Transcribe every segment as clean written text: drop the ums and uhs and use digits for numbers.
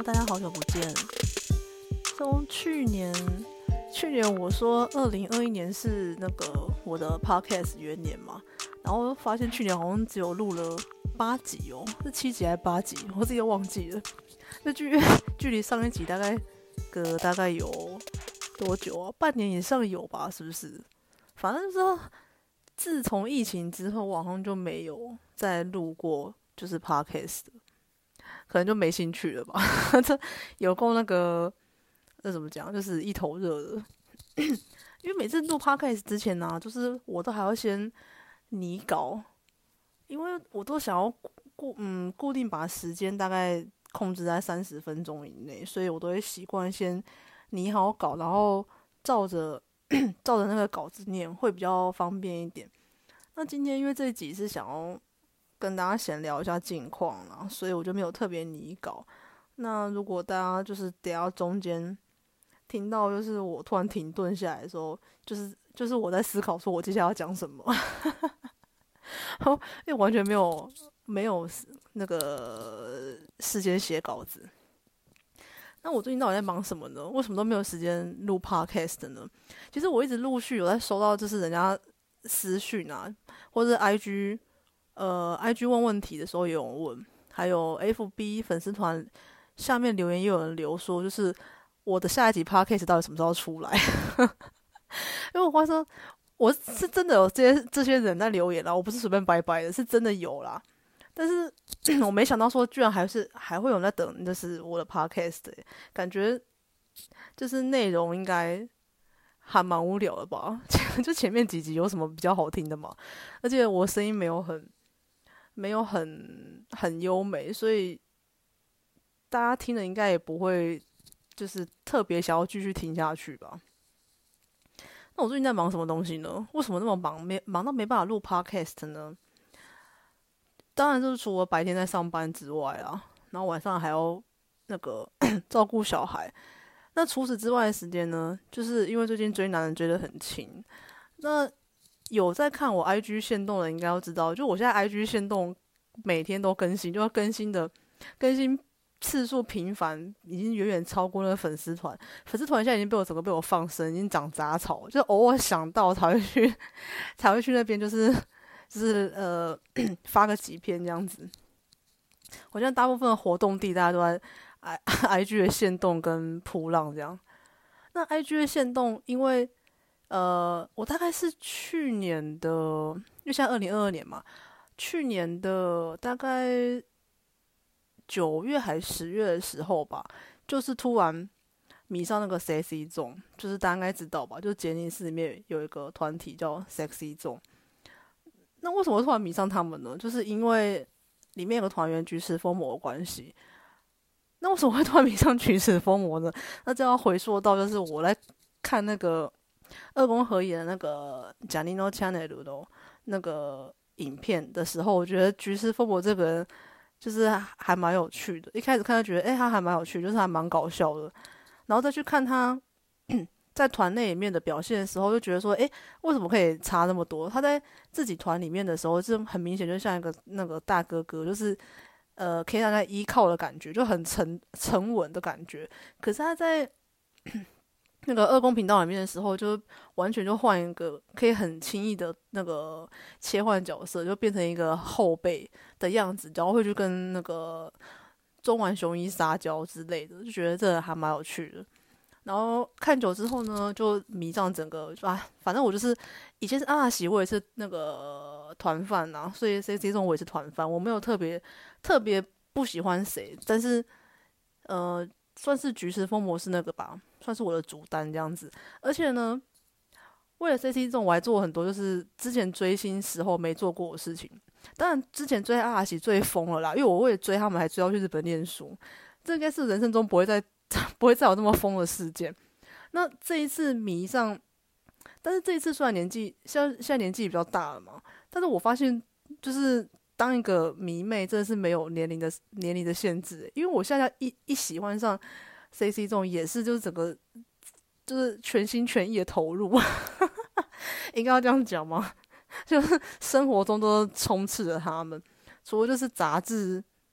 大家好久不见。从去年我说2021年是那个我的 podcast 元年嘛，然后发现去年好像只有录了8集哦，是7集还是8集，我自己都忘记了。就距离上一集大概有多久啊？半年以上有吧？是不是？反正说自从疫情之后，我好像就没有再录过就是 podcast 的，可能就没兴趣了吧。这有够那怎么讲，就是一头热的。因为每次录 podcast 之前呢、就是我都还要先拟稿，因为我都想要固定把时间大概控制在30分钟以内，所以我都会习惯先拟好稿，然后照着那个稿子念，会比较方便一点。那今天因为这一集是想要跟大家闲聊一下近况啦，所以我就没有特别拟稿。那如果大家就是等下中间听到就是我突然停顿下来的时候，就是我在思考说我接下来要讲什么，因为完全没有那个事先写稿子。那我最近到底在忙什么呢？为什么都没有时间录 podcast 呢？其实我一直陆续有在收到就是人家私讯啊，或者 IG 问问题的时候也有人问，还有 FB 粉丝团下面留言也有人留说，就是我的下一集 podcast 到底什么时候出来？因为我发现我是真的有这些人在留言啦，我不是随便掰掰的，是真的有啦。但是我没想到说，居然还会有人在等，就是我的 podcast，感觉就是内容应该还蛮无聊的吧？就前面几集有什么比较好听的嘛？而且我声音没有很优美，所以大家听了应该也不会就是特别想要继续听下去吧。那我最近在忙什么东西呢？为什么那么忙到没办法录 podcast 呢？当然就是除了白天在上班之外啊，然后晚上还要那个照顾小孩。那除此之外的时间呢，就是因为最近追男人追得很勤。那有在看我 IG 限动的应该都知道，就我现在 IG 限动每天都更新，就要更新次数频繁，已经远远超过那个粉丝团。粉丝团现在已经整个被我放生，已经长杂草，就偶尔想到才会去那边，就是发个几篇这样子。我现在大部分的活动地大家都在IG 的限动跟噗浪这样。那 IG 的限动，因为我大概是去年的，因为现在2022年嘛，去年的大概9月还是10月的时候吧，就是突然迷上那个 Sexy Zone， 就是大家应该知道吧，就是杰尼斯里面有一个团体叫 Sexy Zone。那为什么突然迷上他们呢？就是因为里面有个团员菊池风磨的关系。那为什么会突然迷上菊池风磨呢？那这要回溯到就是我来看那个二宫和也的那个 Janino Channel 的那个影片的时候，我觉得菊池风磨这个人就是还蛮有趣的。一开始看就觉得他还蛮有趣，就是还蛮搞笑的。然后再去看他在团内里面的表现的时候，就觉得说为什么可以差那么多？他在自己团里面的时候是很明显就像一个那个大哥哥，就是可以让他依靠的感觉，就很沉稳的感觉。可是他在那个二宫频道里面的时候，就完全就换一个可以很轻易的那个切换角色，就变成一个后辈的样子，然后会去跟那个中丸雄一撒娇之类的，就觉得这还蛮有趣的。然后看久之后呢，就迷上整个反正我就是以前是阿拉西，我也是那个团饭啊，所以这种我也是团饭，我没有特别不喜欢谁，但是算是菊池风磨是那个吧，算是我的主单这样子。而且呢，为了 CC 这种我还做很多就是之前追星时候没做过的事情。当然之前追阿拉西最疯了啦，因为我为了追他们还追到去日本念书，这应该是人生中不会再有这么疯的事件。那这一次迷上，但是这一次虽然现在年纪比较大了嘛，但是我发现就是当一个迷妹真的是没有年龄的限制，因为我现在一喜欢上 CC 这种也是就是整个就是全心全意的投入，应该要这样讲吗？就是生活中都充斥着他们，除了就是杂志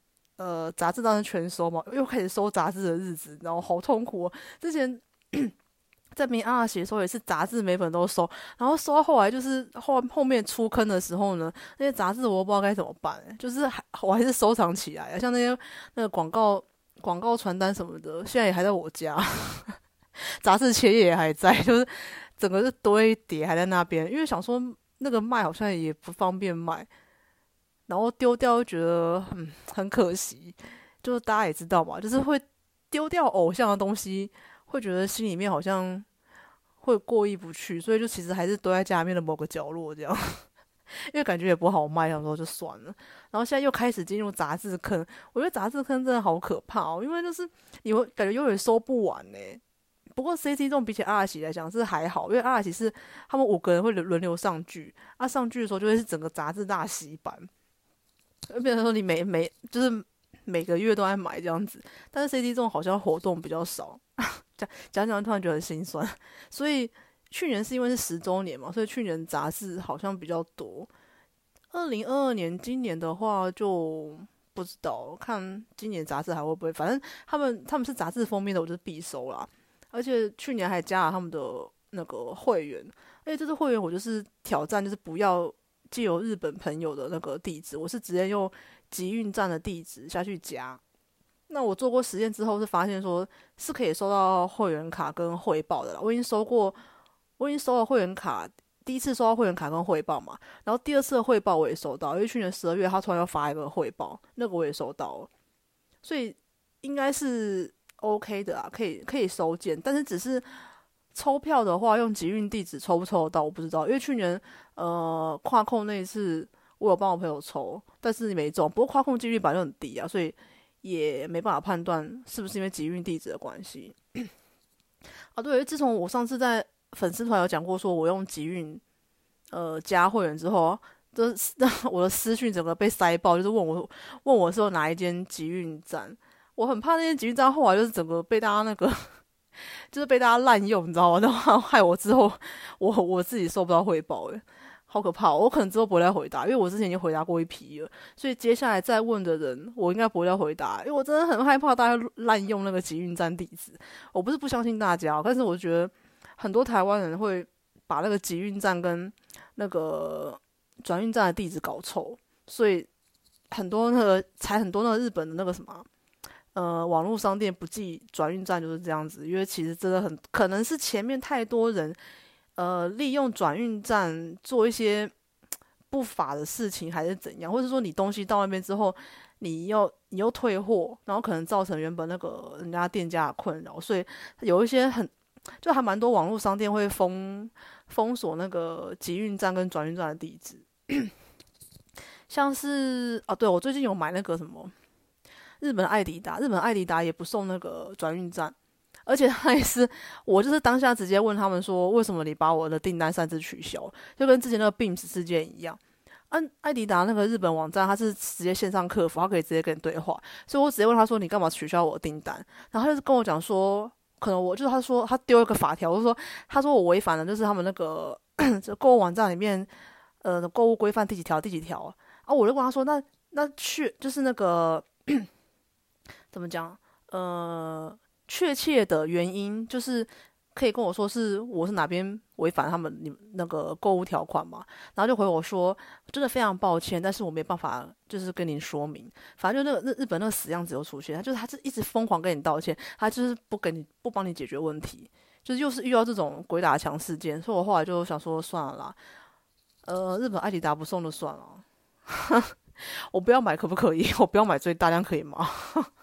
杂志当然全收嘛，又开始收杂志的日子，然后好痛苦哦。之前在明阿拉写的时候也是杂志每本都收，然后收到后来就是后面出坑的时候呢，那些杂志我都不知道该怎么办，就是我还是收藏起来，像那个广告传单什么的，现在也还在我家，杂志切页也还在，就是整个是堆叠还在那边，因为想说那个卖好像也不方便卖，然后丢掉又觉得很可惜，就是大家也知道嘛，就是会丢掉偶像的东西，会觉得心里面好像会过意不去，所以就其实还是堆在家里面的某个角落这样，因为感觉也不好卖，想说就算了。然后现在又开始进入杂志坑，我觉得杂志坑真的好可怕哦，因为就是你会感觉永远收不完呢。不过 CC 这种比起阿拉西来讲是还好，因为阿拉西是他们5个人会轮流上剧，上剧的时候就会是整个杂志大洗版，变成说你就是每个月都在买这样子。但是 CD 这种好像活动比较少，讲突然觉得很心酸。所以去年是因为是10周年嘛，所以去年杂志好像比较多。2022年今年的话就不知道，看今年杂志还会不会，反正他们是杂志封面的，我就是必收啦。而且去年还加了他们的那个会员，而且这次会员我就是挑战，就是不要借由日本朋友的那个地址，我是直接用集运站的地址下去加。那我做过实验之后是发现说是可以收到会员卡跟汇报的啦。我已经收了会员卡，第一次收到会员卡跟汇报嘛，然后第二次的汇报我也收到，因为去年12月他突然要发一个汇报，那个我也收到了，所以应该是 OK 的啊，可以收件，但是只是抽票的话，用集运地址抽不抽得到我不知道，因为去年跨控那一次我有帮我朋友抽，但是没中。不过跨控几率本来就很低啊，所以也没办法判断是不是因为集运地址的关系。啊，对，自从我上次在粉丝团有讲过，说我用集运加会员之后，我的私讯整个被塞爆，就是问我是有哪一间集运站，我很怕那间集运站后来就是整个被大家那个就是被大家滥用，你知道吗？然后害我之后我自己收不到汇报，好可怕哦！我可能之后不会再回答，因为我之前已经回答过一批了，所以接下来再问的人，我应该不会再回答，因为我真的很害怕大家滥用那个集运站地址。我不是不相信大家，但是我觉得很多台湾人会把那个集运站跟那个转运站的地址搞错，所以很多那个日本的那个什么网络商店不寄转运站就是这样子，因为其实真的很可能是前面太多人利用转运站做一些不法的事情，还是怎样，或者说你东西到那边之后，你又退货，然后可能造成原本那个人家店家的困扰，所以有一些就还蛮多网络商店会封锁那个集运站跟转运站的地址，像是对，我最近有买那个什么日本艾迪达也不送那个转运站。而且他也是，我就是当下直接问他们说，为什么你把我的订单擅自取消？就跟之前那个 Beams 事件一样。艾迪达那个日本网站，它是直接线上客服，它可以直接跟你对话，所以我直接问他说，你干嘛取消我的订单？然后他就是跟我讲说，可能他说他丢一个法条，我就说他说我违反了就是他们那个这购物网站里面购物规范第几条啊？我就问他说，那就是那个怎么讲确切的原因就是可以跟我说我是哪边违反你们那个购物条款嘛？然后就回我说真的非常抱歉，但是我没办法就是跟您说明。反正就日本那个死样子又出现，他是一直疯狂跟你道歉，他就是不帮你解决问题，就是又是遇到这种鬼打墙事件，所以我后来就想说算了啦，日本艾迪达不送就算了，我不要买可不可以？我不要买最大量可以吗？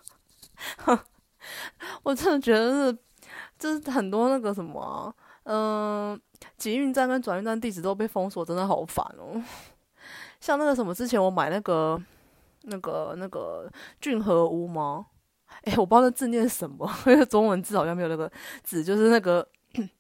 我真的觉得就是很多那个什么集运站跟转运站地址都被封锁，真的好烦哦。像那个什么，之前我买那个骏和屋吗？我不知道那字念什么，因为中文字好像没有那个字，就是那个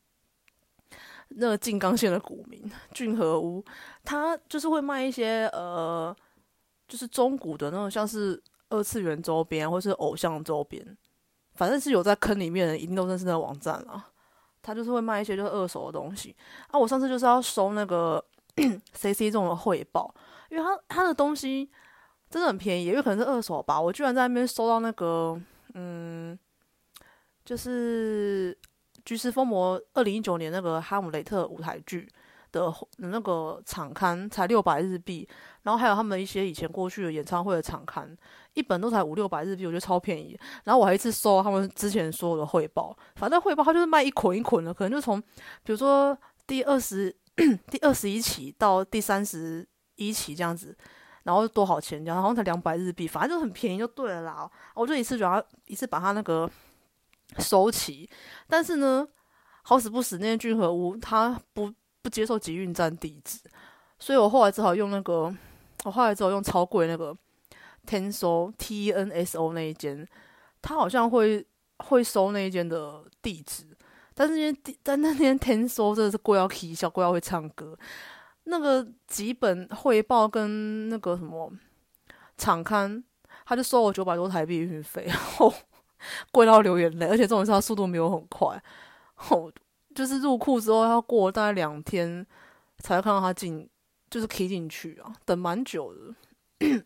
静冈县的古名骏和屋，它就是会卖一些就是中古的那种，像是2次元周边或是偶像周边。反正是有在坑里面的人一定都认识那个网站啦，他就是会卖一些就是二手的东西啊。我上次就是要收那个CC 这种的汇报，因为他的东西真的很便宜，因为可能是二手吧。我居然在那边收到那个，就是《菊池风磨》2019年那个《哈姆雷特》舞台剧的那个场刊，才600日币。然后还有他们一些以前过去的演唱会的场刊，一本都才500-600日币，我觉得超便宜。然后我还一次收到他们之前所有的汇报，反正汇报它就是卖一捆一捆的，可能就从比如说第21期到第31期这样子。然后多少钱这样，好像才200日币，反正就很便宜就对了啦。我就一次把它那个收齐，但是呢，好死不死那间聚合屋它不接受集运站地址，所以我后来只好用超贵那个 TNSO 那一间，他好像会收那一间的地址，但是那间 TNSO 真的是贵要起笑，贵要会唱歌。那个几本汇报跟那个什么场刊，他就收我900多台币运费，然后贵到流眼泪，而且这种事他速度没有很快，就是入库之后要过大概2天才会看到他就是 key 进去啊，等蛮久的。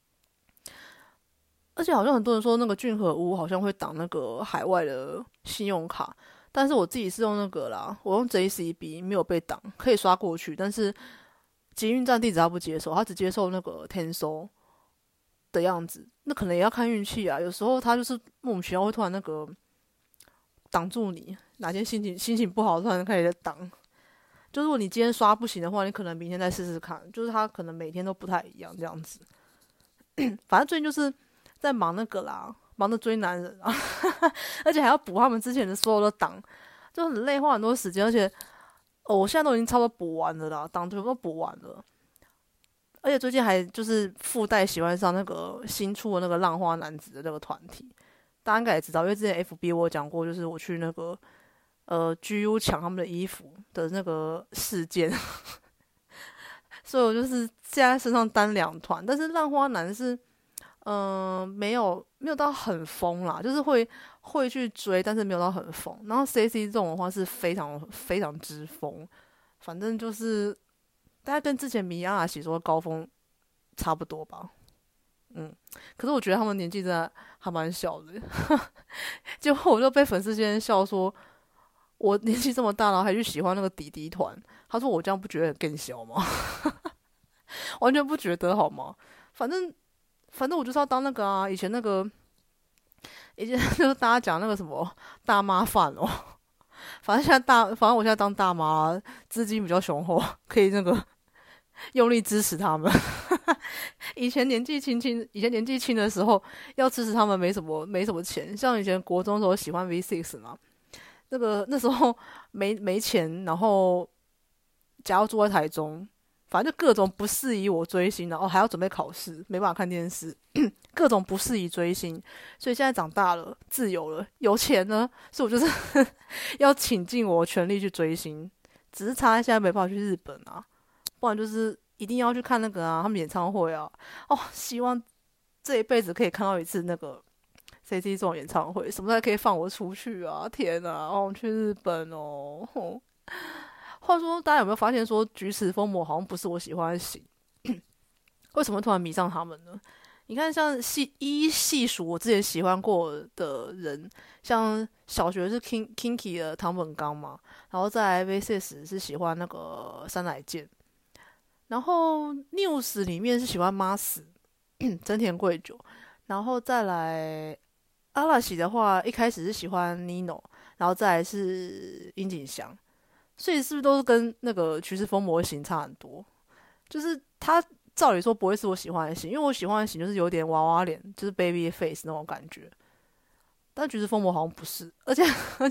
而且好像很多人说那个俊和屋好像会挡那个海外的信用卡，但是我自己是用那个啦，我用 JCB 没有被挡，可以刷过去，但是捷运站地址他不接受，他只接受那个 Tenso 的样子，那可能也要看运气啊。有时候他就是莫名其妙会突然那个挡住你，哪天心情不好，突然开始挡。就如果你今天刷不行的话，你可能明天再试试看，就是他可能每天都不太一样这样子。反正最近就是在忙那个啦，忙着追男人啊，而且还要补他们之前的所有的档，就很累，花很多时间，而且我现在都已经差不多补完了啦，档全部都补完了，而且最近还就是附带喜欢上那个新出的那个浪花男子的那个团体，大家应该也知道，因为之前 FB 我有讲过，就是我去那个GU 抢他们的衣服的那个事件，所以我就是现在身上单2团，但是浪花男是没有到很疯啦，就是会去追，但是没有到很疯。然后 CC 这种的话是非常非常之疯，反正就是大概跟之前米亚喜说的高峰差不多吧。可是我觉得他们年纪真的还蛮小的，结果我就被粉丝先笑说，我年纪这么大了还去喜欢那个弟弟团，他说我这样不觉得更小吗？完全不觉得好吗？反正我就是要当那个啊，以前就是大家讲那个什么大妈饭哦，反正我现在当大妈，资金比较雄厚，可以那个用力支持他们。以前年纪轻的时候，要支持他们没什么钱，像以前国中的时候喜欢 V6 嘛，那时候没钱，然后家要住在台中。反正就各种不适宜我追星的，还要准备考试，没办法看电视，各种不适宜追星。所以现在长大了，自由了，有钱呢，所以我就是要倾尽我全力去追星。只是差在现在没办法去日本啊，不然就是一定要去看那个啊，他们演唱会啊。希望这一辈子可以看到一次那个 CC 这种演唱会，什么时候可以放我出去啊？天啊，去日本哦。话说，大家有没有发现说，菊池风磨好像不是我喜欢的型？为什么突然迷上他们呢？你看，像细数我之前喜欢过的人，像小学是 Kinky 的堂本刚嘛，然后再来 V6 是喜欢那个山乃健，然后 News 里面是喜欢 Mas 真田贵久，然后再来阿拉西的话，一开始是喜欢 Nino，然后再来是樱井翔。所以是不是都是跟那个菊池风磨型差很多？就是他照理说不会是我喜欢的型，因为我喜欢的型就是有点娃娃脸，就是 baby face 那种感觉。但菊池风磨好像不是，而且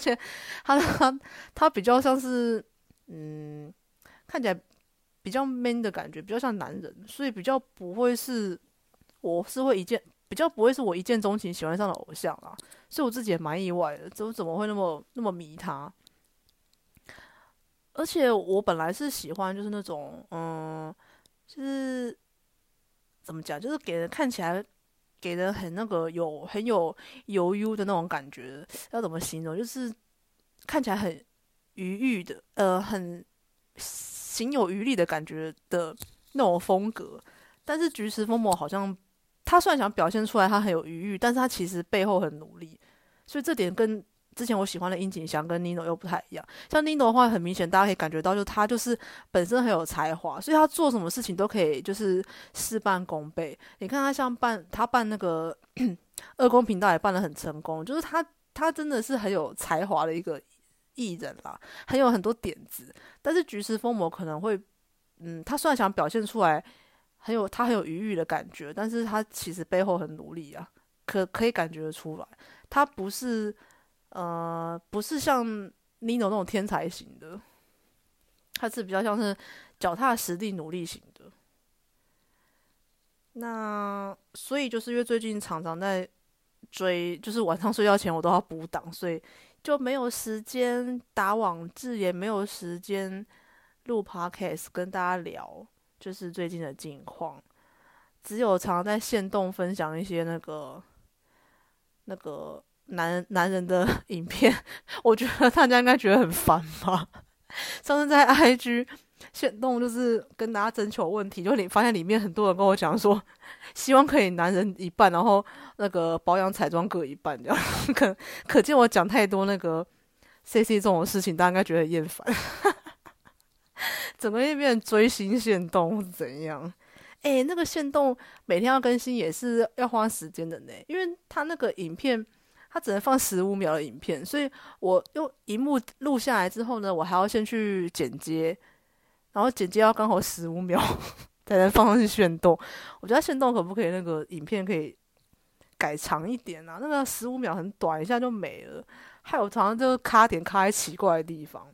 他比较像是看起来比较 man 的感觉，比较像男人，所以比较不会是比较不会是我一见钟情喜欢上的偶像啦。所以我自己也蛮意外的，怎么会那么迷他？而且我本来是喜欢就是那种就是怎么讲，就是给人看起来给人很那个很有悠悠的那种感觉，要怎么形容？就是看起来很愉悦的，很行有余力的感觉的那种风格。但是菊池风磨好像他虽然想表现出来他很有余裕，但是他其实背后很努力，所以这点跟之前我喜欢的樱井翔跟 Nino 又不太一样。像 Nino 的话，很明显大家可以感觉到，就他就是本身很有才华，所以他做什么事情都可以就是事半功倍。你看他像他办那个二宫频道也办得很成功，就是他真的是很有才华的一个艺人啦，很有很多点子。但是菊池风磨可能会，他虽然想表现出来他很有余裕的感觉，但是他其实背后很努力啊，可以感觉得出来，他不是像 Nino 那种天才型的，他是比较像是脚踏实地努力型的。那所以就是因为最近常常在追，就是晚上睡觉前我都要补档，所以就没有时间打网志，也没有时间录 podcast 跟大家聊，就是最近的近况。只有常常在限动分享一些那个男人的影片，我觉得大家应该觉得很烦吧。上次在 IG 限动就是跟大家征求问题，就你发现里面很多人跟我讲说，希望可以男人一半，然后那个保养彩妆各一半这样。可见我讲太多那个 CC 这种事情，大家应该觉得很厌烦。整个变成追星限动是怎样？那个限动每天要更新也是要花时间的呢，因为他那个影片它只能放15秒的影片，所以我用荧幕录下来之后呢，我还要先去剪接，然后剪接要刚好15秒才能放上去限动。我觉得限动可不可以那个影片可以改长一点啊？那个15秒很短，一下就没了，害我常常就卡点卡在奇怪的地方。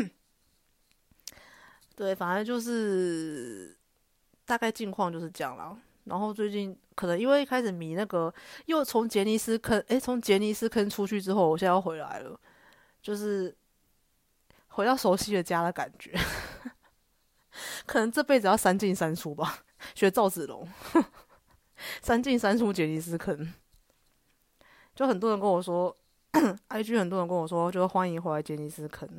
对，反正就是大概近况就是这样啦。然后最近可能因为一开始迷那个，又从杰尼斯坑，从杰尼斯坑出去之后，我现在要回来了，就是回到熟悉的家的感觉。可能这辈子要三进三出吧，学赵子龙，三进三出杰尼斯坑。就很多人跟我说，IG 很多人跟我说，就欢迎回来杰尼斯坑。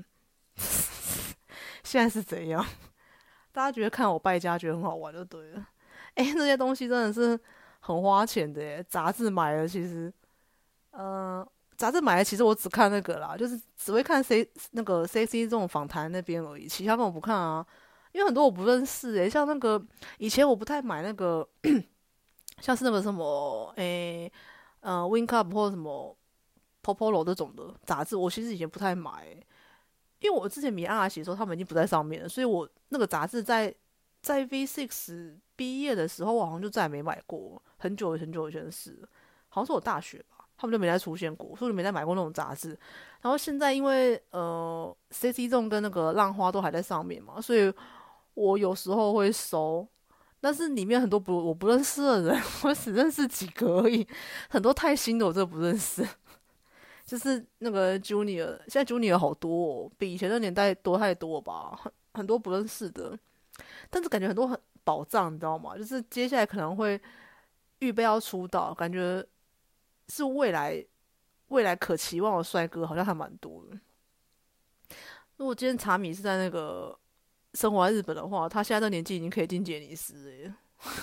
现在是怎样？大家觉得看我败家觉得很好玩就对了。那些东西真的是很花钱的耶。杂志买了，其实，杂志买了，其实我只看那个啦，就是只会看那个 CC 这种访谈那边而已，其他根本不看啊。因为很多我不认识像那个以前我不太买那个，像是那个什么Wink Up 或者什么 Popolo 这种的杂志，我其实以前不太买因为我之前迷阿拉西的时候，他们已经不在上面了，所以我那个杂志在 V6 毕业的时候，我好像就再也没买过，很久很久以前的事了，好像是我大学吧，他们就没再出现过，所以我就没再买过那种杂志。然后现在因为CC 众跟那个浪花都还在上面嘛，所以我有时候会收，但是里面很多我不认识的人，我只认识几个而已，很多太新的我真的不认识。就是那个 Junior， 现在 Junior 好多比以前的年代多太多吧，很多不认识的，但是感觉很多很宝藏，你知道吗？就是接下来可能会预备要出道，感觉是未来可期望的帅哥，好像还蛮多的。如果今天查米是在那个生活在日本的话，他现在这年纪已经可以进杰尼斯耶，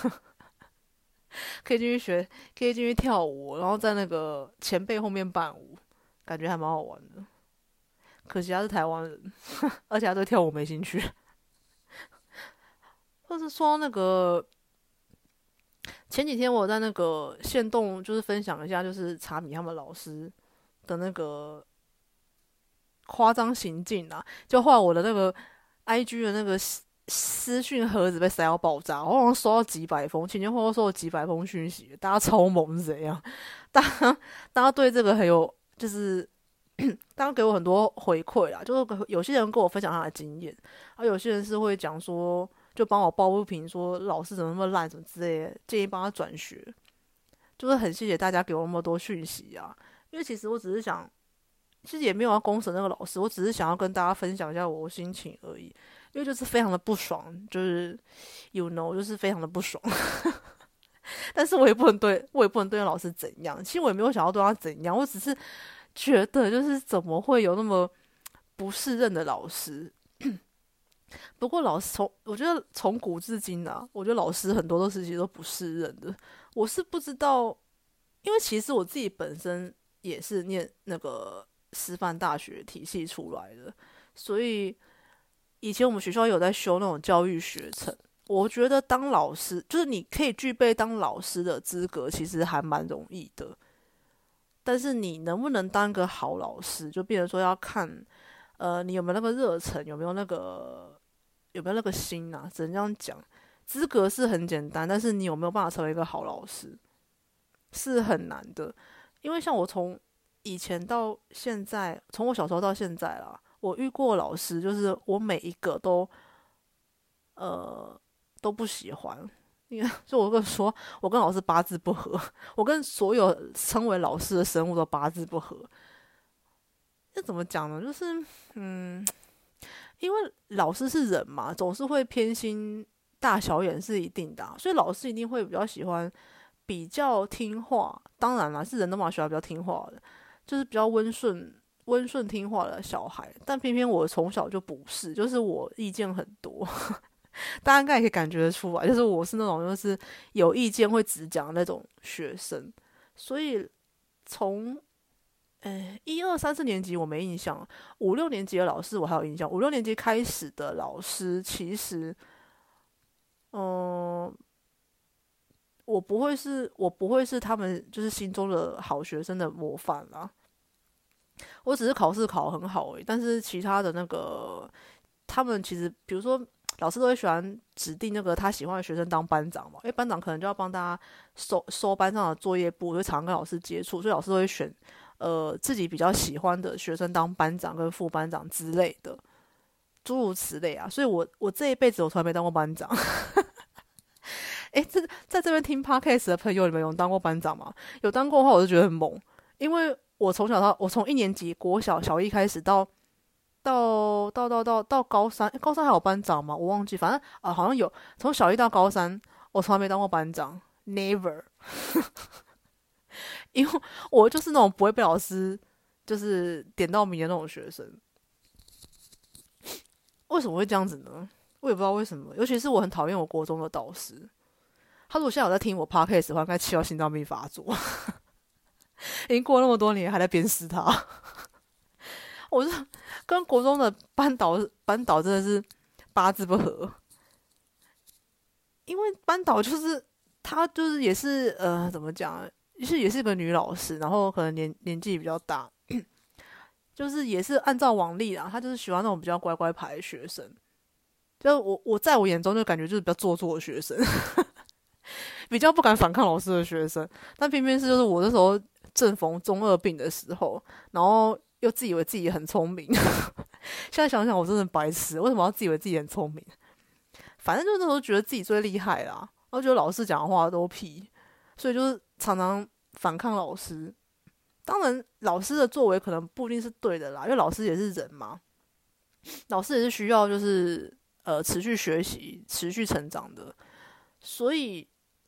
可以进去学，可以进去跳舞，然后在那个前辈后面伴舞。感觉还蛮好玩的，可惜他是台湾人，而且他对跳舞没兴趣。或是说那个前几天我在那个限动，就是分享一下，就是查米他们老师的那个夸张行径啊，就后来我的那个 IG 的那个私讯盒子被塞到爆炸，我好像收到几百封，前前后后收了几百封讯息，大家超猛是怎样？大家对这个很有。就是大家给我很多回馈啦，就是有些人跟我分享他的经验，有些人是会讲说，就帮我抱不平，说老师怎么那么烂，什么之类的，建议帮他转学。就是很谢谢大家给我那么多讯息啊，因为其实我只是想，其实也没有要公审那个老师，我只是想要跟大家分享一下我的心情而已，因为就是非常的不爽，就是 就是非常的不爽。但是我也不能对那老师怎样，其实我也没有想要对他怎样，我只是觉得就是怎么会有那么不适任的老师。 不过我觉得从古至今啊，我觉得老师很多的事情都不是任的。我是不知道，因为其实我自己本身也是念那个师范大学体系出来的，所以以前我们学校有在修那种教育学程。我觉得当老师，就是你可以具备当老师的资格，其实还蛮容易的。但是你能不能当个好老师，就变成说要看，你有没有那个热忱，有没有那个心啊？只能这样讲。资格是很简单，但是你有没有办法成为一个好老师，是很难的。因为像我从以前到现在，从我小时候到现在啦，我遇过老师，就是我每一个呃都不喜欢。因为就我跟你说，我跟老师八字不合，我跟所有称为老师的生物都八字不合。这怎么讲呢？就是嗯，因为老师是人嘛，总是会偏心大小眼是一定的所以老师一定会比较喜欢比较听话。当然啦，是人都蛮喜欢比较听话的，就是比较温顺听话的小孩。但偏偏我从小就不是，就是我意见很多。大家应该也可以感觉得出来，就是我是那种就是有意见会直讲的那种学生。所以从一二三四年级我没印象，五六年级的老师我还有印象。五六年级开始的老师，其实，嗯、我不会是他们就是心中的好学生的模范啦。我只是考试考很好而已，但是其他的那个，他们其实比如说老师都会喜欢指定那个他喜欢的学生当班长嘛，因为班长可能就要帮大家收班上的作业簿，就常跟老师接触，所以老师都会选自己比较喜欢的学生当班长跟副班长之类的，诸如此类啊。所以我这一辈子我从来没当过班长。在这边听 podcast 的朋友，你们有当过班长吗？有当过的话，我就觉得很猛，因为我从一年级国小小一开始到高三，高三还有班长吗？我忘记，反正好像有。从小一到高三，我从来没当过班长，never。因为我就是那种不会被老师就是点到名的那种学生。为什么会这样子呢？我也不知道为什么，尤其是我很讨厌我国中的导师。他如果现在有在听我 podcast 的话，应该气到心脏病发作。已经过了那么多年，还在鞭尸他。我是跟国中的班导真的是八字不合，因为班导就是她就是也是怎么讲啊，也是个女老师，然后可能年纪比较大。就是也是按照往例啦，她就是喜欢那种比较乖乖牌的学生。就我在我眼中就感觉就是比较做作的学生。比较不敢反抗老师的学生。但偏偏是就是我那时候正逢中二病的时候，然后又自以为自己很聪明。现在想想我真的白痴，为什么要自以为自己很聪明？反正就是那时候觉得自己最厉害啦，然后觉得老师讲的话都屁，所以就是常常反抗老师。当然，老师的作为可能不一定是对的啦，因为老师也是人嘛，老师也是需要就是持续学习、持续成长的，所以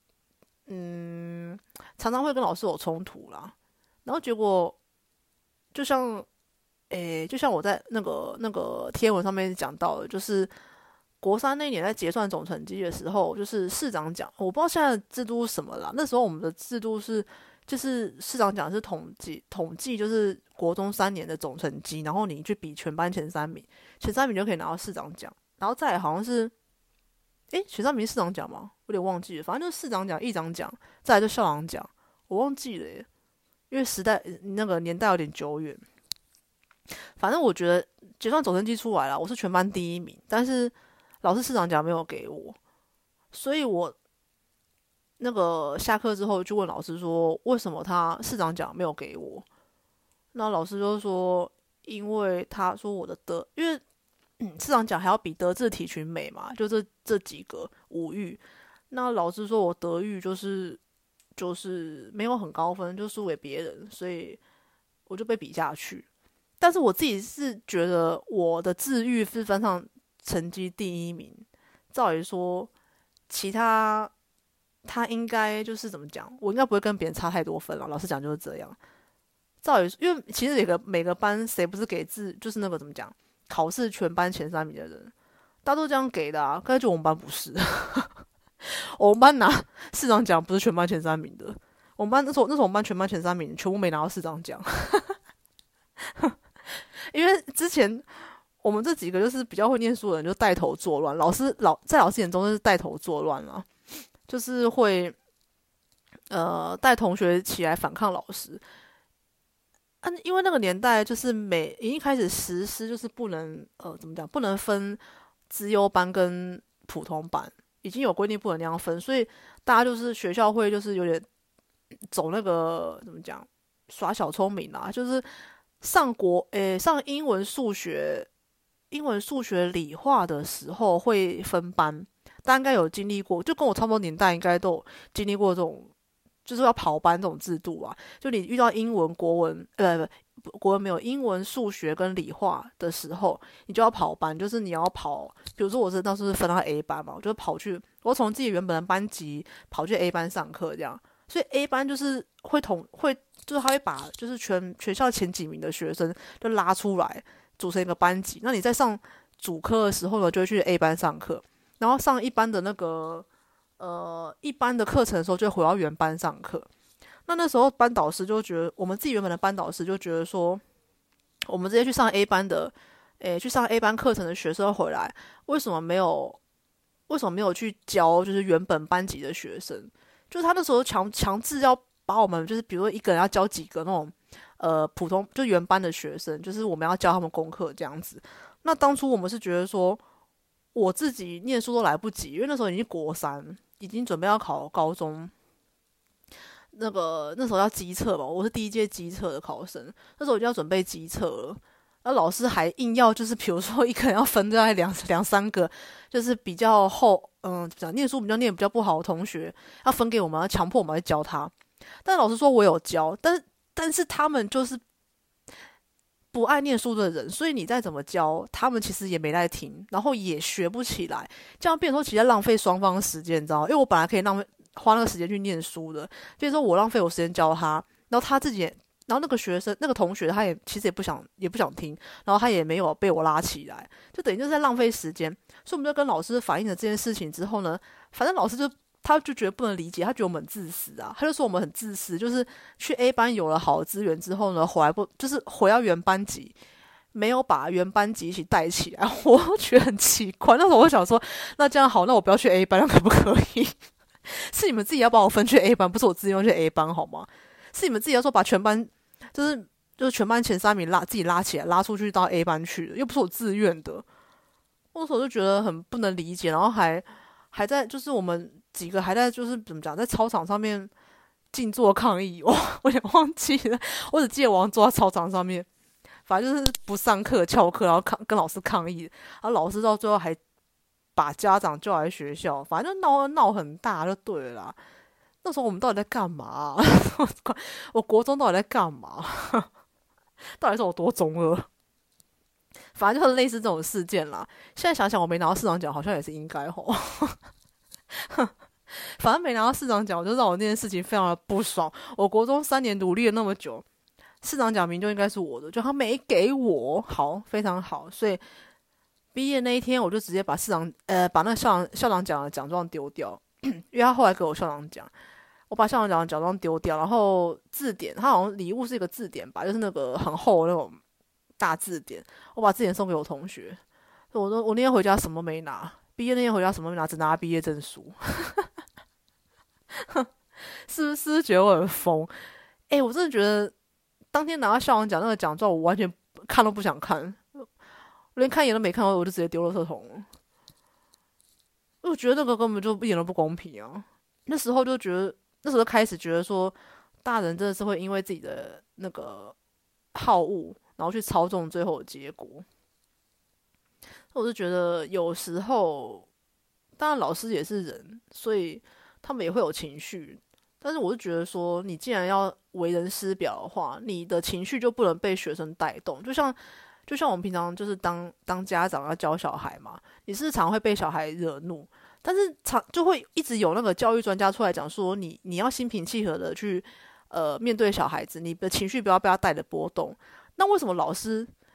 常常会跟老师有冲突啦。然后结果就像就像我在那个贴文上面讲到的，就是国三那一年在结算总成绩的时候，就是市长奖，我不知道现在的制度是什么啦。那时候我们的制度是，就是市长奖是统计就是国中3年的总成绩，然后你去比全班前三名，前三名就可以拿到市长奖。然后再来好像是，前三名是市长奖吗？我有点忘记了，反正就是市长奖、议长奖，再来就校长奖，我忘记了耶，因为时代那个年代有点久远。反正我觉得结算总成绩出来了，我是全班第1名，但是老师市长奖没有给我，所以我那个下课之后就问老师说，为什么他市长奖没有给我？那老师就说，因为他说我的德，因为市长奖还要比德智体群美嘛，就这几个五育。那老师说我德育就是没有很高分，就输给别人，所以我就被比下去。但是我自己是觉得我的智育是班上成绩第1名，照理说其他应该就是怎么讲，我应该不会跟别人差太多分了。老实讲就是这样。照理说，因为其实每个班谁不是给就是那个怎么讲，考试全班前3名的人， 大家都这样给的啊。可是就我们班不是，我们班拿市长奖不是全班前3名的。我们班那时候我们班全班前3名全部没拿到市长奖，因为之前我们这几个就是比较会念书的人就带头作乱，在老师眼中就是带头作乱啦，就是会带同学起来反抗老师。因为那个年代就是已经开始实施，就是不能怎么讲，不能分资优班跟普通班，已经有规定不能那样分，所以大家就是学校会就是有点走那个怎么讲耍小聪明啦，就是上英文、数学、理化的时候会分班，大家应该有经历过，就跟我差不多年代应该都有经历过这种。就是要跑班这种制度啊，就你遇到英文、国文，国文没有，英文、数学跟理化的时候，你就要跑班，就是你要跑。比如说我当时是分到 A 班嘛，我就我从自己原本的班级跑去 A 班上课，这样。所以 A 班就是就是他会把就是全校前几名的学生就拉出来组成一个班级。那你在上主科的时候呢，就会去 A 班上课，然后上一般的一般的课程的时候，就回到原班上课。那时候班导师就觉得，我们自己原本的班导师就觉得说，我们直接去上 A 班去上 A 班课程的学生回来，为什么没有去教就是原本班级的学生？就是他那时候强制要把我们就是比如说一个人要教几个那种普通就原班的学生，就是我们要教他们功课这样子。那当初我们是觉得说，我自己念书都来不及，因为那时候已经国3。已经准备要考高中，那时候要基测嘛，我是第1届基测的考生，那时候我就要准备基测了。那老师还硬要就是比如说一个人要分在两三个，就是比较念书念比较不好的同学要分给我们，要强迫我们去教他。但老师说我有教，但是他们就是不爱念书的人，所以你再怎么教，他们其实也没在听，然后也学不起来，这样变成说其实浪费双方的时间，你知道吗？因为我本来可以花那个时间去念书的，变成说我浪费我时间教他，然后他自己然后那个同学他也其实也不想听，然后他也没有被我拉起来，就等于就是在浪费时间。所以我们就跟老师反映了这件事情之后呢，反正老师他就觉得不能理解，他觉得我们很自私啊，他就说我们很自私，就是去 A 班有了好的资源之后呢，回到原班级，没有把原班级一起带起来，我觉得很奇怪。那时候我想说，那这样好，那我不要去 A 班，那可不可以？是你们自己要把我分去 A 班，不是我自己要去 A 班好吗？是你们自己要说把全班就是全班前3名自己拉起来，拉出去到 A 班去的，又不是我自愿的。那时候就觉得很不能理解，然后还在就是我们几个还在就是怎么讲，在操场上面静坐抗议，我有点忘记了，我只记得我坐在操场上面，反正就是不上课翘课，然后跟老师抗议，然后老师到最后还把家长叫来学校，反正就闹很大就对了啦。那时候我们到底在干嘛啊？我国中到底在干嘛？到底是我多中二？反正就是类似这种事件啦。现在想想，我没拿到市长奖，好像也是应该吼。反正没拿到市长奖，我就让我那件事情非常的不爽。我国中3年努力了那么久，市长奖名就应该是我的，就他没给我，好，非常好。所以毕业那一天，我就直接把把那个校长奖的奖状丢掉，因为他后来给我校长奖。我把校长奖的奖状丢掉，然后字典，他好像礼物是一个字典吧，就是那个很厚的那种大字典，我把字典送给我同学。我那天回家什么没拿，毕业那天回家什么没拿，只拿毕业证书。是不是觉得我很疯？我真的觉得当天拿到校长奖那个奖状，我完全看都不想看，我连看一眼都没看，我就直接丢垃圾桶了。因为我觉得那个根本就一点都不公平啊！那时候开始觉得说，大人真的是会因为自己的那个好恶，然后去操纵最后的结果。我就觉得有时候，当然老师也是人，所以他们也会有情绪。但是我就觉得说，你既然要为人师表的话，你的情绪就不能被学生带动。就像我们平常就是当家长要教小孩嘛，你是常会被小孩惹怒。但是就会一直有那个教育专家出来讲说，你要心平气和的去面对小孩子，你的情绪不要被他带的波动。那为什么老师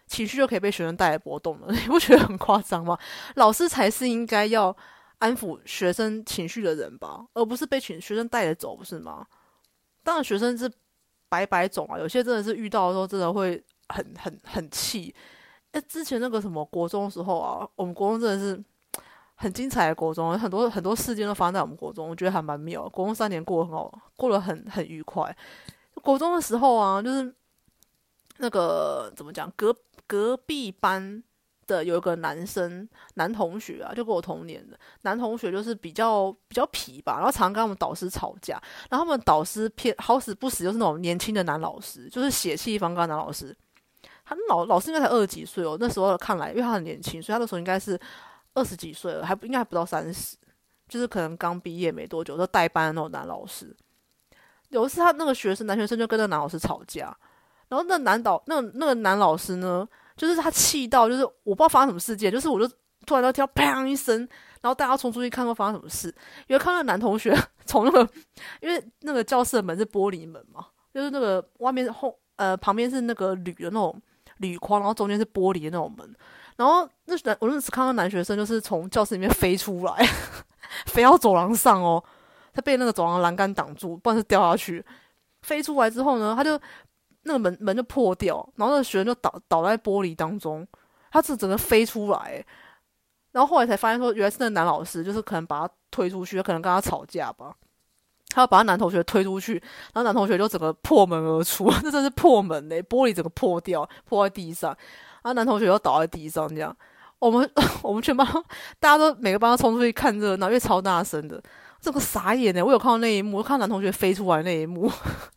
情绪就可以被学生带来波动了，你不觉得很夸张吗？老师才是应该要安抚学生情绪的人吧，而不是被学生带着走，不是吗？当然，学生是百种啊，有些真的是遇到的时候真的会很气。之前那个什么国中的时候啊，我们国中真的是很精彩的国中，很多很多事件都发生在我们国中，我觉得还蛮妙的。国中3年过得很好，过得很愉快。国中的时候啊，就是那个怎么讲，隔壁班的有一个男同学啊，就跟我同年的男同学，就是比较皮吧，然后常跟他们导师吵架，然后他们导师好死不死就是那种年轻的男老师，就是血气方刚的男老师。他老师应该才20几岁哦，那时候看来，因为他很年轻，所以他那时候应该是20几岁了，应该还不到30，就是可能刚毕业没多久，就带班的那种男老师。有一次他那个男学生就跟那个男老师吵架，然后那个男老师呢，就是他气到，就是我不知道发生什么事件，就是我就突然就听到砰一声，然后大家冲出去看会发生什么事，因为看到男同学从那个，因为那个教室的门是玻璃门嘛，就是那个外面旁边是那个铝的那种铝框，然后中间是玻璃的那种门，然后我那时看到男学生就是从教室里面飞出来，飞到走廊上哦，他被那个走廊栏杆挡住，不然是掉下去。飞出来之后呢，他就那个门就破掉，然后那个学生就倒在玻璃当中，他是整个飞出来，然后后来才发现说，原来是那个男老师，就是可能把他推出去，可能跟他吵架吧，他要把他男同学推出去，然后男同学就整个破门而出，那真是破门嘞，玻璃整个破掉，破在地上，然后男同学又倒在地上，这样，我们我们全班大家都每个班都冲出去看热闹，因为超大声的，这个傻眼嘞，我有看到那一幕，我看到男同学飞出来那一幕。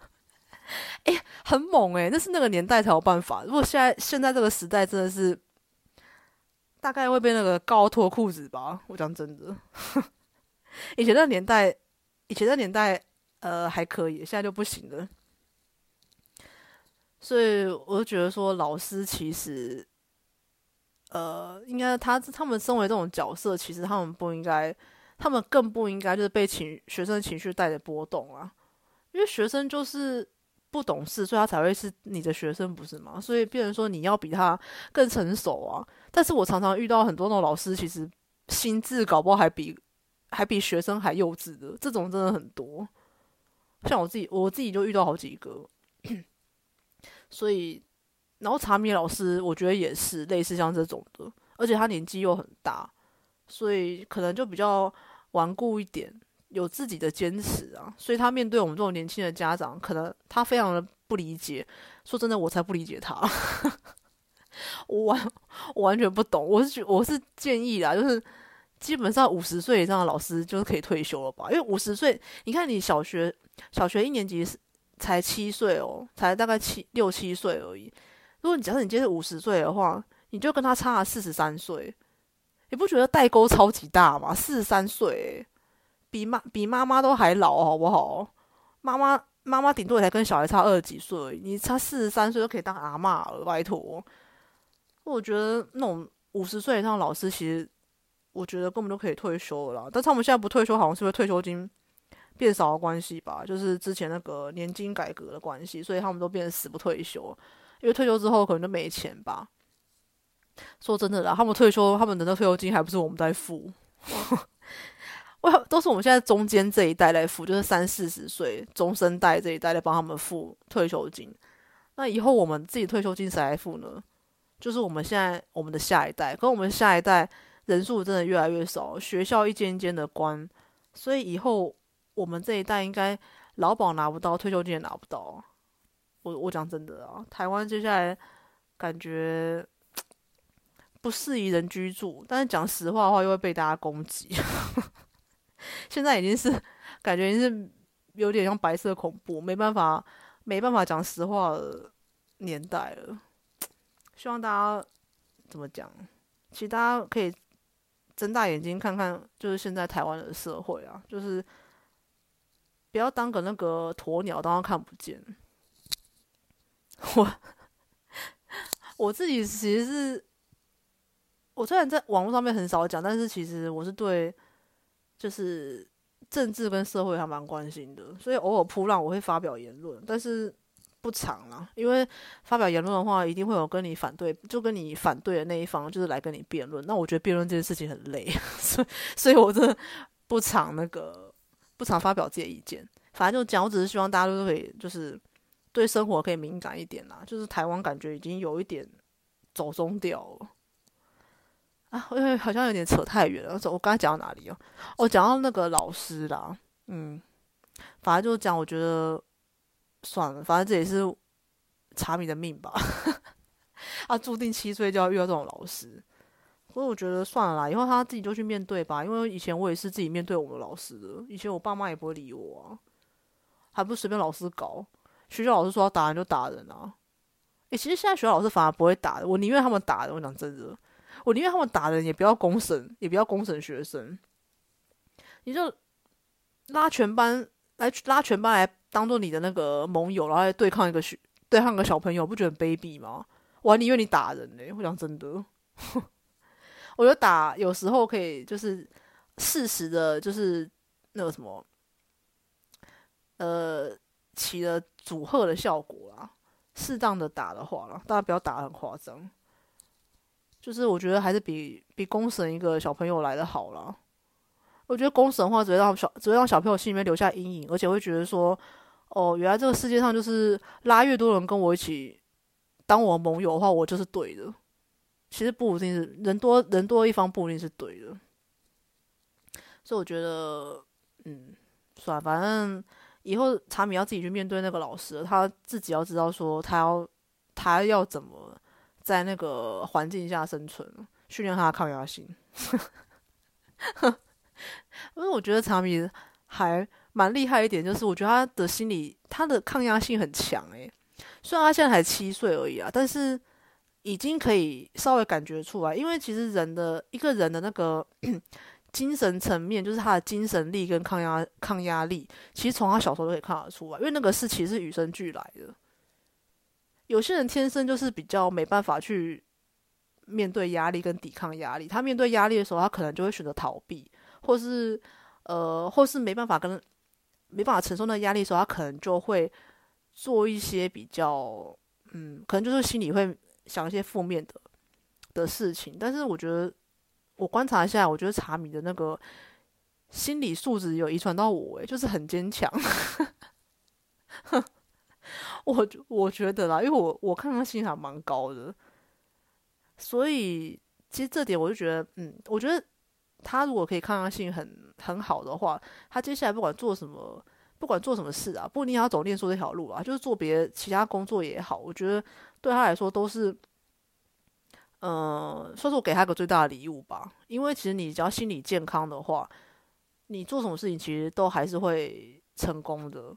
很猛那是那个年代才有办法。如果现在这个时代，真的是大概会被那个告脱裤子吧。我讲真的，以前那年代，还可以，现在就不行了。所以我就觉得说，老师其实应该他们身为这种角色，其实他们不应该，他们更不应该就是被学生的情绪带着波动啊，因为学生就是不懂事，所以他才会是你的学生，不是吗？所以变成说你要比他更成熟啊。但是我常常遇到很多那种老师，其实心智搞不好还比学生还幼稚的，这种真的很多。像我自己就遇到好几个，所以然后查米老师，我觉得也是类似像这种的，而且他年纪又很大，所以可能就比较顽固一点。有自己的坚持啊，所以他面对我们这种年轻的家长，可能他非常的不理解。说真的，我才不理解他，我完全不懂。我是建议啦，就是基本上50岁以上的老师就是可以退休了吧？因为50岁，你看你小学1年级才7岁哦，才大概6、7岁而已。如果假设你今天是50岁的话，你就跟他差了43岁，你不觉得代沟超级大吗？43岁比妈妈都还老，好不好？妈妈顶多也才跟小孩差20几岁而已，你差43岁就可以当阿嬷了，拜托。我觉得那种50岁以上的老师，其实我觉得根本就可以退休了啦。但是他们现在不退休，好像是因为退休金变少的关系吧？就是之前那个年金改革的关系，所以他们都变成死不退休。因为退休之后可能就没钱吧。说真的啦，他们退休，他们的那退休金还不是我们在付。都是我们现在中间这一代来付，就是30、40岁中生代这一代来帮他们付退休金。那以后我们自己退休金谁来付呢？就是我们的下一代，可我们下一代人数真的越来越少，学校一间一间的关，所以以后我们这一代应该劳保拿不到，退休金也拿不到。我讲真的啊，台湾接下来感觉不适宜人居住，但是讲实话的话又会被大家攻击。现在已经是感觉已经是有点像白色恐怖，没办法讲实话的年代了。希望大家怎么讲？其实大家可以睁大眼睛看看，就是现在台湾的社会啊，就是不要当个那个鸵鸟，当它看不见。我自己其实是，我虽然在网络上面很少讲，但是其实我是对就是政治跟社会还蛮关心的，所以偶尔扑浪我会发表言论，但是不长啦，因为发表言论的话，一定会有跟你反对，就跟你反对的那一方就是来跟你辩论。那我觉得辩论这件事情很累，所以我真的不常发表自己的意见。反正就讲，我只是希望大家都可以就是对生活可以敏感一点啦。就是台湾感觉已经有一点走中调了啊，因为好像有点扯太远了。我刚才讲到哪里哦？我讲到那个老师啦，嗯，反正就是讲，我觉得算了，反正这也是茶米的命吧。他注定7岁就要遇到这种老师，所以我觉得算了啦，以后他自己就去面对吧。因为以前我也是自己面对我们的老师的，以前我爸妈也不会理我啊，还不是随便老师搞。学校老师说要打人就打人啊。其实现在学校老师反而不会打的，我宁愿他们打人。我讲真的，我宁愿他们打人，也不要公审，也不要公审学生。你就拉全班来当做你的那个盟友，然后来对抗一个小朋友，不觉得很卑鄙吗？我还宁愿你打人呢、我讲真的，我觉得打有时候可以就是适时的，就是那个什么呃起了阻吓的效果啦。适当的打的话啦，大家不要打得很夸张。就是我觉得还是比公审一个小朋友来的好啦。我觉得公审的话只会让小朋友心里面留下阴影，而且会觉得说，哦，原来这个世界上就是拉越多人跟我一起当我的盟友的话，我就是对的。其实不一定是人多一方不一定是对的，所以我觉得，算了，反正以后查米要自己去面对那个老师了，他自己要知道说他要怎么在那个环境下生存，训练他的抗压性。因为我觉得查米还蛮厉害一点，就是我觉得他的抗压性很强诶。虽然他现在才7岁而已啊，但是已经可以稍微感觉出来，因为其实一个人的那个精神层面，就是他的精神力跟抗压力，其实从他小时候就可以看得出来，因为那个其实是与生俱来的。有些人天生就是比较没办法去面对压力跟抵抗压力，他面对压力的时候，他可能就会选择逃避，或是没办法承受那个压力的时候，他可能就会做一些比较可能就是心里会想一些负面的事情。但是我觉得我观察一下，我觉得查米的那个心理素质有遗传到我，就是很坚强。我觉得啦，因为我看他心还蛮高的，所以其实这点我就觉得，我觉得他如果可以抗压性很好的话，他接下来不管做什么事啊，不一定要走念书这条路啊，就是做其他工作也好，我觉得对他来说都是，算是我给他一个最大的礼物吧。因为其实你只要心理健康的话，你做什么事情其实都还是会成功的。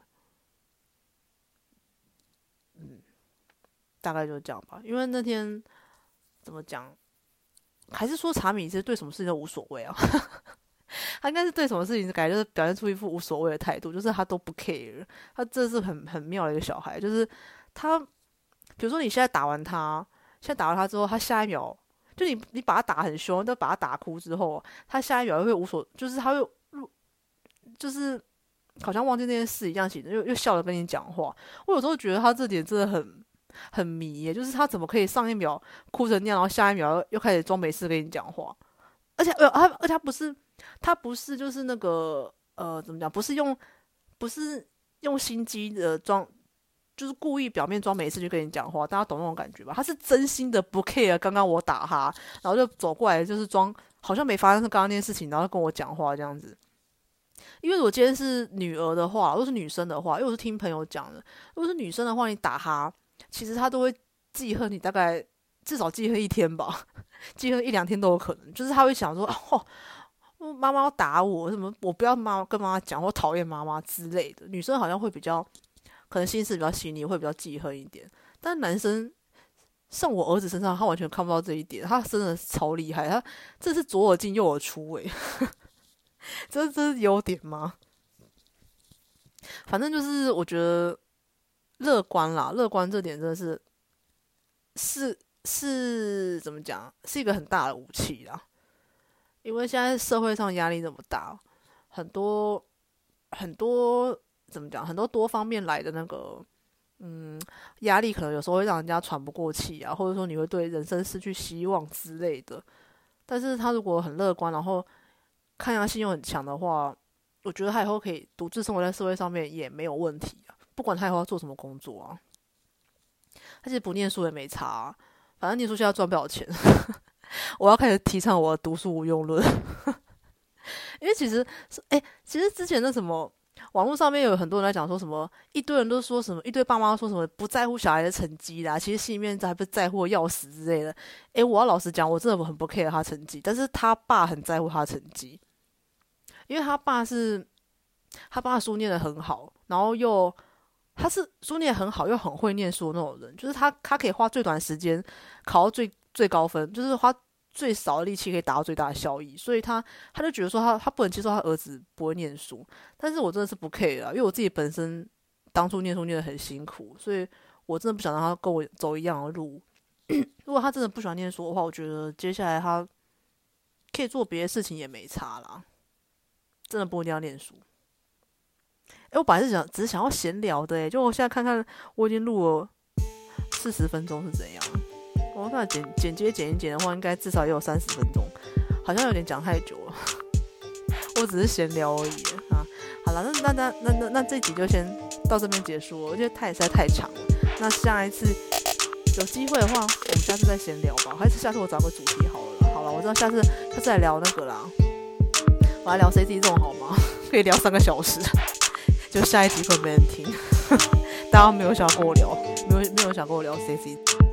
大概就是这样吧。因为那天怎么讲，还是说查米其实对什么事情都无所谓啊。他应该是对什么事情感觉就是表现出一副无所谓的态度，就是他都不 care。他这是很妙的一个小孩，就是他，比如说你现在打完他之后，他下一秒就你把他打很凶，都把他打哭之后，他下一秒又会就是他会就是好像忘记那件事一样，其实又笑着跟你讲话。我有时候觉得他这点真的很迷耶，就是他怎么可以上一秒哭成那样，然后下一秒又开始装没事跟你讲话，而且他不是就是那个怎么讲，不是用心机的就是故意表面装没事去跟你讲话，大家懂那种感觉吧？他是真心的不 care 刚刚我打他，然后就走过来就是装好像没发生刚刚那件事情，然后跟我讲话这样子。因为我今天是女儿的话，如果是女生的话，因为我是听朋友讲的，如果是女生的话，你打她，其实她都会记恨你，大概至少记恨1天吧，记恨1-2天都有可能。就是她会想说，妈妈要打我，什么我不要跟妈妈讲，我讨厌妈妈之类的。女生好像会比较，可能心思比较细腻，会比较记恨一点。但男生，像我儿子身上，他完全看不到这一点，他真的超厉害，他这是左耳进右耳出这是优点吗？反正就是我觉得乐观啦，乐观这点真的是怎么讲，是一个很大的武器啦。因为现在社会上压力那么大，很多怎么讲，很多多方面来的那个压力可能有时候会让人家喘不过气啊，或者说你会对人生失去希望之类的。但是他如果很乐观，然后抗压性又很强的话，我觉得他以后可以独自生活在社会上面也没有问题啊。不管他以后要做什么工作啊，他其实不念书也没差啊，反正念书现在赚不了钱。我要开始提倡我的读书无用论，因为其实之前那什么网络上面有很多人在讲说什么，一堆人都说什么，一堆爸妈说什么不在乎小孩的成绩啦，其实心里面还不在乎要死之类的。我要老实讲，我真的很不 care 他成绩，但是他爸很在乎他成绩，因为他爸的书念得很好，然后他是书念得很好又很会念书的那种人，就是他可以花最短时间考到最高分，就是花最少的力气可以达到最大的效益，所以他就觉得说他不能接受他儿子不会念书。但是我真的是不 care 啦，因为我自己本身当初念书念得很辛苦，所以我真的不想让他跟我走一样的路。如果他真的不喜欢念书的话，我觉得接下来他可以做别的事情也没差啦，真的不一定要念书。我本来只是想要闲聊的就我现在看看我已经录了40分钟是怎样。我看剪接剪一剪的话，应该至少也有30分钟，好像有点讲太久了。我只是闲聊而已啊。好了，那这集就先到这边结束了，我觉得它也实在太长了。那下一次有机会的话，我们下次再闲聊吧，还是下次我找个主题好了啦。好了，我知道下次来聊那个啦，我来聊 CC 这种好吗？可以聊3个小时，就下一集会没人听。大家没有想跟我聊，没有想跟我聊 CC。